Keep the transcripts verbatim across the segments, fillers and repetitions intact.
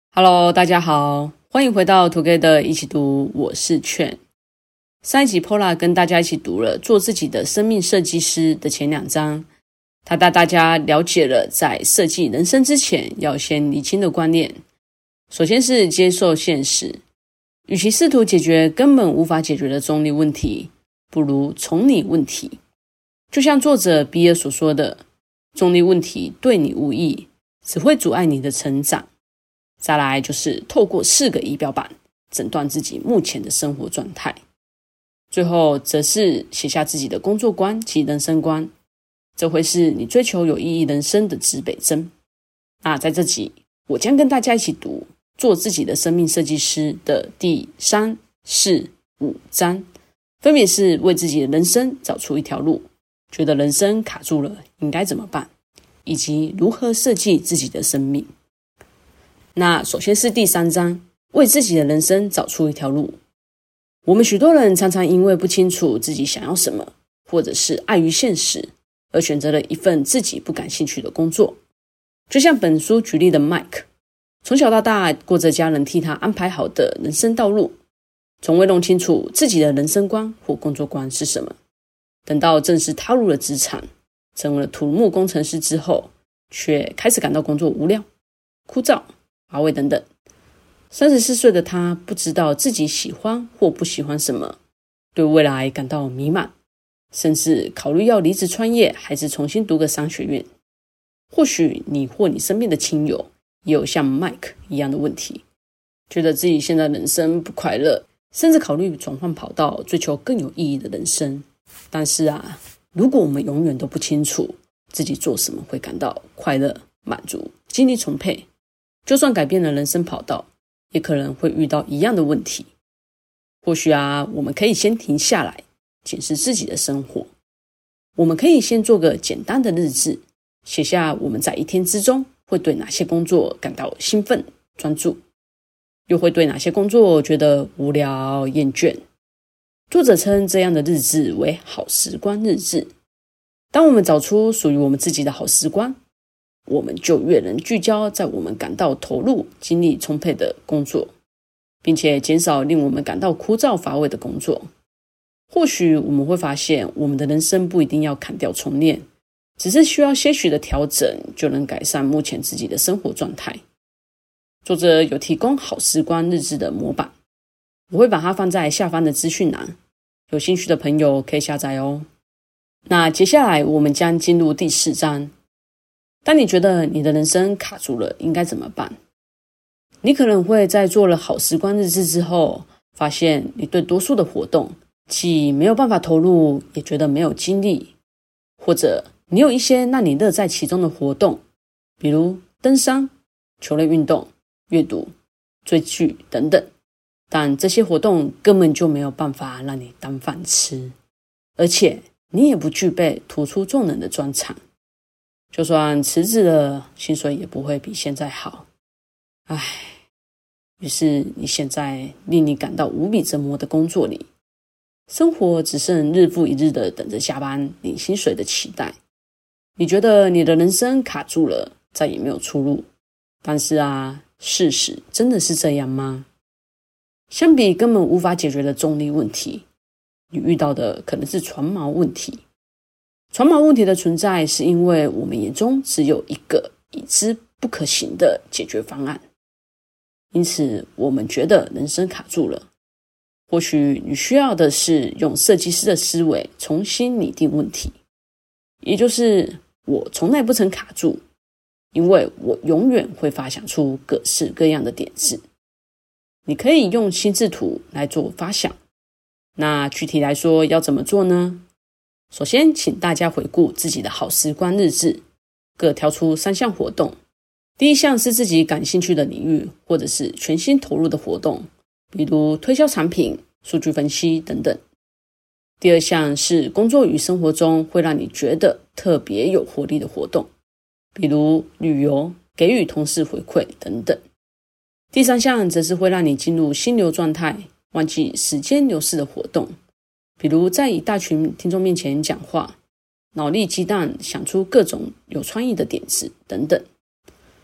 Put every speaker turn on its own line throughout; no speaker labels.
Hello， 大家好，欢迎回到 Together 一起读，我是劝。上一集 Paula 跟大家一起读了做自己的生命设计师的前两章，他带大家了解了在设计人生之前要先理清的观念。首先是接受现实，与其试图解决根本无法解决的中立问题，不如从理问题。就像作者比尔所说的，中立问题对你无益，只会阻碍你的成长。再来就是透过四个仪表板诊断自己目前的生活状态，最后则是写下自己的工作观及人生观，这会是你追求有意义人生的指北针。那在这集我将跟大家一起读做自己的生命设计师的第三、四、五章，分别是为自己的人生找出一条路，觉得人生卡住了应该怎么办，以及如何设计自己的生命。那首先是第三章，为自己的人生找出一条路。我们许多人常常因为不清楚自己想要什么，或者是碍于现实，而选择了一份自己不感兴趣的工作。就像本书举例的 Mike， 从小到大过着家人替他安排好的人生道路，从未弄清楚自己的人生观或工作观是什么。等到正式踏入了职场，成为了土木工程师之后，却开始感到工作无聊、枯燥、乏味等等。三十四岁的他不知道自己喜欢或不喜欢什么，对未来感到迷茫，甚至考虑要离职创业还是重新读个商学院。或许你或你身边的亲友也有像 Mike 一样的问题，觉得自己现在人生不快乐，甚至考虑转换跑道，追求更有意义的人生。但是啊，如果我们永远都不清楚自己做什么会感到快乐、满足、精力充沛，就算改变了人生跑道，也可能会遇到一样的问题。或许啊，我们可以先停下来，检视自己的生活。我们可以先做个简单的日志，写下我们在一天之中会对哪些工作感到兴奋、专注，又会对哪些工作觉得无聊、厌倦。作者称这样的日志为好时光日志。当我们找出属于我们自己的好时光，我们就越能聚焦在我们感到投入、精力充沛的工作，并且减少令我们感到枯燥乏味的工作。或许我们会发现，我们的人生不一定要砍掉重练，只是需要些许的调整，就能改善目前自己的生活状态。作者有提供好时光日志的模板，我会把它放在下方的资讯栏，有兴趣的朋友可以下载哦。那接下来我们将进入第四章。当你觉得你的人生卡住了，应该怎么办？你可能会在做了好时光日志之后，发现你对多数的活动既没有办法投入，也觉得没有精力，或者你有一些让你乐在其中的活动，比如登山、球类运动、阅读、追剧等等，但这些活动根本就没有办法让你当饭吃，而且你也不具备突出众人的专长。就算辞职了，薪水也不会比现在好。唉，于是你现在令你感到无比折磨的工作里，生活只剩日复一日的等着下班领薪水的期待。你觉得你的人生卡住了，再也没有出路。但是啊，事实真的是这样吗？相比根本无法解决的重力问题，你遇到的可能是船锚问题。船锚问题的存在是因为我们眼中只有一个已知不可行的解决方案，因此我们觉得人生卡住了。或许你需要的是用设计师的思维重新拟定问题，也就是我从来不曾卡住，因为我永远会发想出各式各样的点子。你可以用心智图来做发想。那具体来说要怎么做呢？首先请大家回顾自己的好时光日志，各挑出三项活动。第一项是自己感兴趣的领域，或者是全心投入的活动，比如推销产品、数据分析等等。第二项是工作与生活中会让你觉得特别有活力的活动，比如旅游、给予同事回馈等等。第三项则是会让你进入心流状态，忘记时间流逝的活动，比如在一大群听众面前讲话，脑力激荡想出各种有创意的点子等等。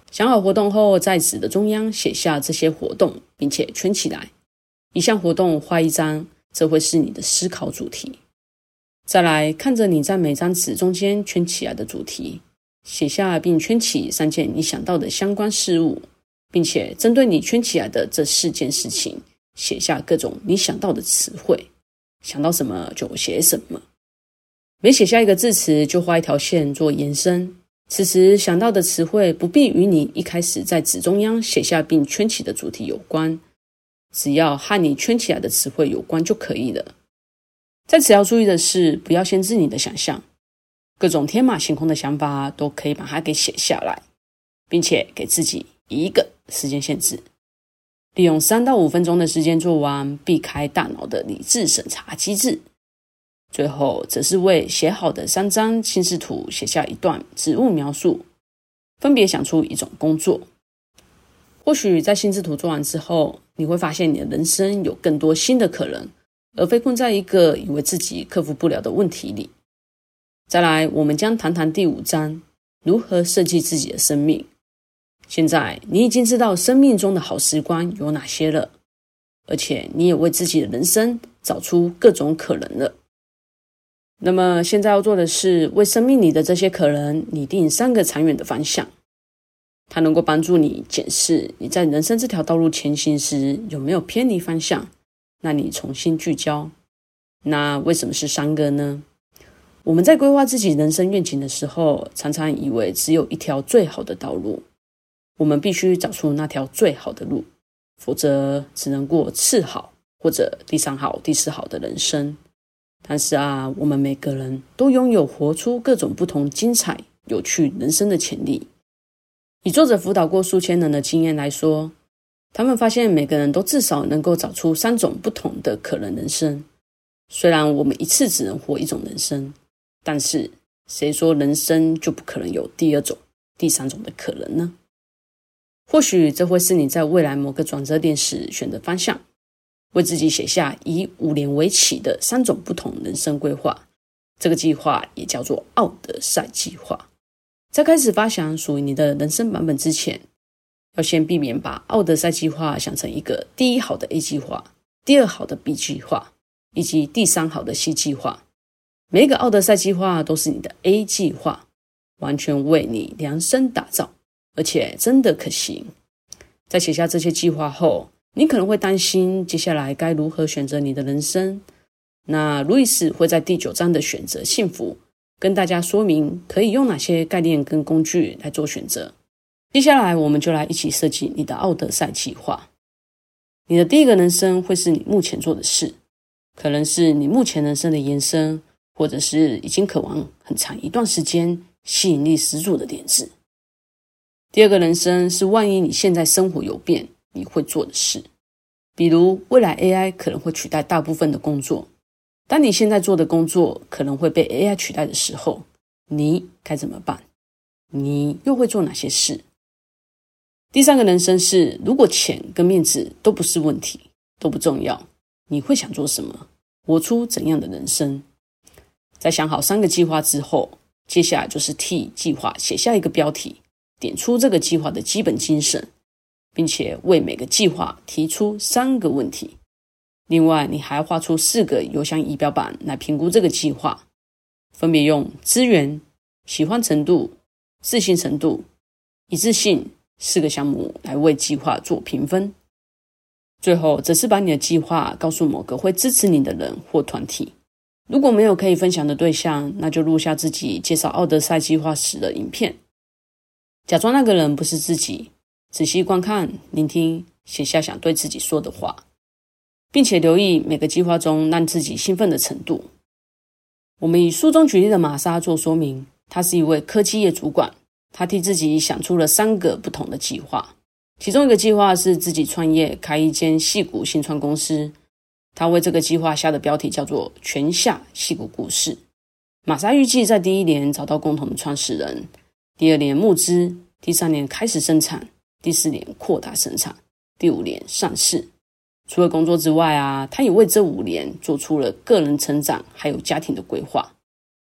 想好活动后，在纸的中央写下这些活动，并且圈起来。一项活动画一张，这会是你的思考主题。再来，看着你在每张纸中间圈起来的主题，写下并圈起三件你想到的相关事物，并且针对你圈起来的这四件事情，写下各种你想到的词汇，想到什么就写什么。每写下一个字词，就画一条线做延伸。此时想到的词汇不必与你一开始在纸中央写下并圈起的主题有关，只要和你圈起来的词汇有关就可以了。在此要注意的是，不要限制你的想象，各种天马行空的想法都可以把它给写下来，并且给自己一个时间限制，利用三到五分钟的时间做完，避开大脑的理智审查机制。最后则是为写好的三张心智图写下一段植物描述，分别想出一种工作。或许在心智图做完之后，你会发现你的人生有更多新的可能，而非困在一个以为自己克服不了的问题里。再来，我们将谈谈第五章，如何设计自己的生命。现在你已经知道生命中的好时光有哪些了，而且你也为自己的人生找出各种可能了。那么现在要做的是，为生命里的这些可能拟定三个长远的方向。它能够帮助你检视你在人生这条道路前行时有没有偏离方向，让你重新聚焦。那为什么是三个呢？我们在规划自己人生愿景的时候，常常以为只有一条最好的道路，我们必须找出那条最好的路，否则只能过次好或者第三好、第四好的人生。但是啊，我们每个人都拥有活出各种不同精彩、有趣人生的潜力。以作者辅导过数千人的经验来说，他们发现每个人都至少能够找出三种不同的可能人生。虽然我们一次只能活一种人生，但是谁说人生就不可能有第二种、第三种的可能呢？或许这会是你在未来某个转折点时选的方向。为自己写下以五年为期的三种不同人生规划，这个计划也叫做奥德赛计划。在开始发想属于你的人生版本之前，要先避免把奥德赛计划想成一个第一好的 A 计划、第二好的 B 计划以及第三好的 C 计划。每一个奥德赛计划都是你的 A 计划，完全为你量身打造，而且真的可行。在写下这些计划后，你可能会担心接下来该如何选择你的人生。那路易斯会在第九章的选择幸福跟大家说明可以用哪些概念跟工具来做选择。接下来我们就来一起设计你的奥德赛计划。你的第一个人生会是你目前做的事，可能是你目前人生的延伸，或者是已经渴望很长一段时间、吸引力十足的点子。第二个人生是万一你现在生活有变你会做的事，比如未来 A I 可能会取代大部分的工作，当你现在做的工作可能会被 A I 取代的时候，你该怎么办？你又会做哪些事？第三个人生是，如果钱跟面子都不是问题，都不重要，你会想做什么？活出怎样的人生？在想好三个计划之后，接下来就是替计划写下一个标题，点出这个计划的基本精神，并且为每个计划提出三个问题。另外，你还画出四个邮箱仪表板来评估这个计划，分别用资源、喜欢程度、自信程度、一致性四个项目来为计划做评分。最后，则是把你的计划告诉某个会支持你的人或团体。如果没有可以分享的对象，那就录下自己介绍奥德赛计划时的影片，假装那个人不是自己，仔细观看、聆听，写下想对自己说的话，并且留意每个计划中让自己兴奋的程度。我们以书中举例的玛莎做说明，她是一位科技业主管，她替自己想出了三个不同的计划。其中一个计划是自己创业开一间矽谷新创公司，她为这个计划下的标题叫做全下矽谷故事。玛莎预计在第一年找到共同的创始人，第二年募资，第三年开始生产，第四年扩大生产，第五年上市。除了工作之外啊，他也为这五年做出了个人成长还有家庭的规划。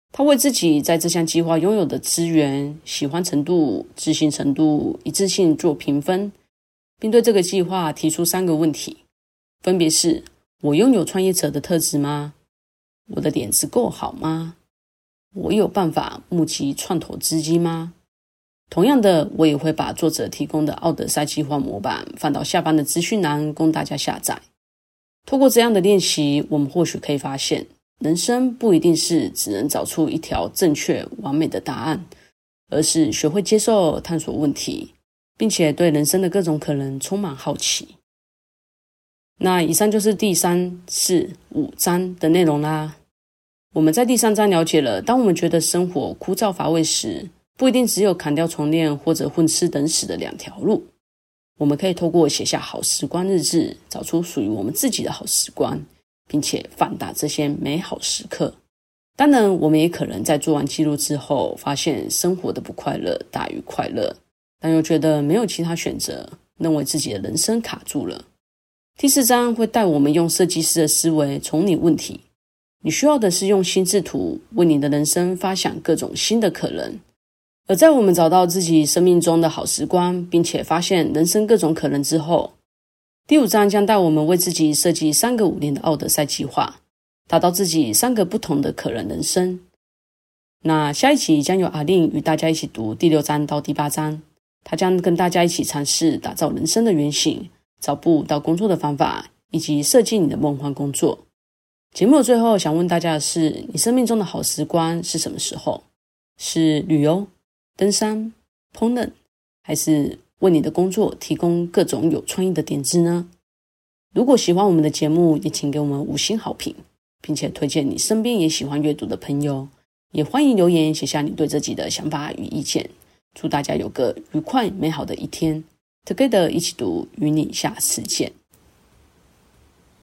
他为自己在这项计划拥有的资源、喜欢程度、执行程度、一致性做评分，并对这个计划提出三个问题，分别是：我拥有创业者的特质吗？我的点子够好吗？我有办法募集创投资金吗？同样的，我也会把作者提供的奥德赛计划模板放到下方的资讯栏供大家下载。透过这样的练习，我们或许可以发现，人生不一定是只能找出一条正确完美的答案，而是学会接受探索问题，并且对人生的各种可能充满好奇。那以上就是第三、四、五章的内容啦。我们在第三章了解了，当我们觉得生活枯燥乏味时，不一定只有砍掉重练或者混吃等死的两条路。我们可以透过写下好时光日志，找出属于我们自己的好时光，并且放大这些美好时刻。当然，我们也可能在做完记录之后，发现生活的不快乐大于快乐，但又觉得没有其他选择，认为自己的人生卡住了。第四章会带我们用设计师的思维重拟问题，你需要的是用心智图为你的人生发想各种新的可能。而在我们找到自己生命中的好时光，并且发现人生各种可能之后，第五章将带我们为自己设计三个五年的奥德赛计划，达到自己三个不同的可能人生。那下一集将由阿令与大家一起读第六章到第八章，他将跟大家一起尝试打造人生的原型，找不到工作的方法，以及设计你的梦幻工作。节目的最后想问大家的是，你生命中的好时光是什么时候？是旅游、登山、烹饪，还是为你的工作提供各种有创意的点子呢？如果喜欢我们的节目，也请给我们五星好评，并且推荐你身边也喜欢阅读的朋友。也欢迎留言写下你对这集的想法与意见。祝大家有个愉快美好的一天。Together 一起读，与你下次见。